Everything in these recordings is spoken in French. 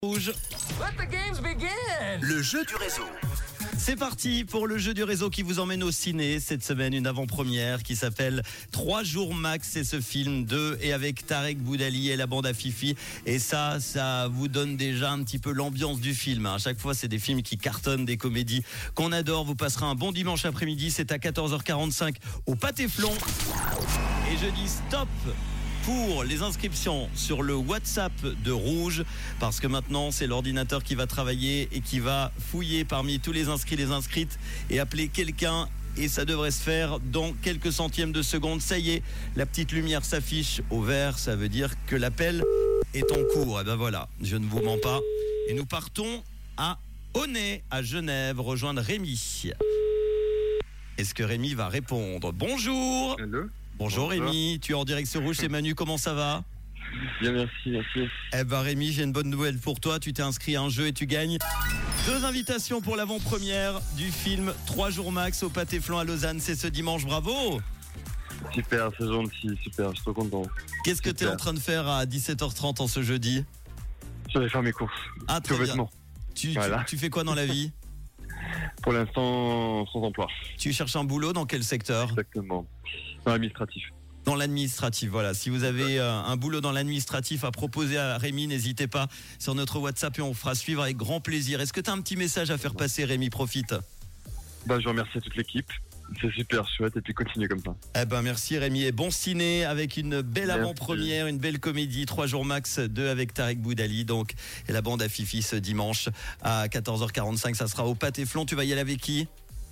Rouge. Let the games begin. Le jeu du réseau. C'est parti pour le jeu du réseau qui vous emmène au ciné. Cette semaine, une avant-première qui s'appelle 3 jours max. C'est ce film de et avec Tarek Boudali et la bande à Fifi. Et ça vous donne déjà un petit peu l'ambiance du film. À chaque fois, c'est des films qui cartonnent, des comédies qu'on adore. Vous passerez un bon dimanche après-midi. C'est à 14h45 au Pâté-Flon. Et je dis stop pour les inscriptions sur le WhatsApp de Rouge, parce que maintenant c'est l'ordinateur qui va travailler et qui va fouiller parmi tous les inscrits, les inscrites et appeler quelqu'un, et ça devrait se faire dans quelques centièmes de seconde. Ça y est, la petite lumière s'affiche au vert, ça veut dire que l'appel est en cours. Et ben voilà, je ne vous mens pas. Et nous partons à Aunay, à Genève, rejoindre Rémi. Est-ce que Rémi va répondre? Bonjour. Allô. Bonjour Rémi, tu es en direct sur Rouge, c'est Manu, comment ça va? Bien, merci. Eh ben Rémi, j'ai une bonne nouvelle pour toi, tu t'es inscrit à un jeu et tu gagnes 2 invitations pour l'avant-première du film 3 jours max au Pâté-Flon à Lausanne, c'est ce dimanche, bravo. Super, c'est gentil, super, je suis trop content. Qu'est-ce que tu es Super. en train de faire à 17h30 en ce jeudi? Je vais faire mes courses. Ah très bien, Complètement. Voilà. tu fais quoi dans la vie? Pour l'instant, sans emploi. Tu cherches un boulot dans quel secteur? Exactement. Dans l'administratif. Dans l'administratif, voilà. Si vous avez un boulot dans l'administratif à proposer à Rémi, n'hésitez pas sur notre WhatsApp et on fera suivre avec grand plaisir. Est-ce que tu as un petit message à faire passer, Rémi? Profite. Je remercie toute l'équipe. C'est super chouette et puis continuez comme ça. Eh ben merci Rémi, et bon ciné avec une belle Merci. avant-première, une belle comédie, 3 jours max, 2 avec Tarek Boudali donc, et la bande à Fifi ce dimanche à 14h45, ça sera au Pâté-Flon. Tu vas y aller avec qui?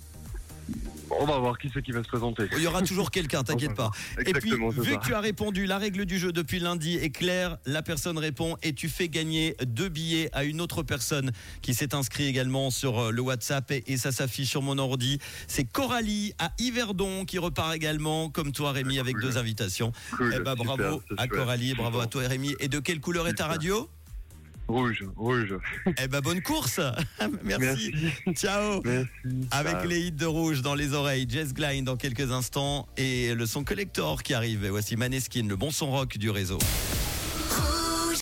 On va voir qui c'est qui va se présenter. Il y aura toujours quelqu'un, t'inquiète pas. Et puis, Exactement, c'est vu ça. que tu as répondu, la règle du jeu depuis lundi est claire. La personne répond et tu fais gagner 2 billets à une autre personne qui s'est inscrite également sur le WhatsApp et ça s'affiche sur mon ordi. C'est Coralie à Yverdon qui repart également, comme toi Rémi, avec 2 invitations. Cool, Eh ben, super, bravo c'est à chouette. Coralie, bravo à toi Rémi. Et de quelle couleur est ta Super. radio? Rouge. Eh ben bonne course. Merci. Ciao. Merci. Avec Ciao. les hits de Rouge dans les oreilles, Jess Glynne dans quelques instants et le son collector qui arrive. Et voici Maneskin, le bon son rock du réseau.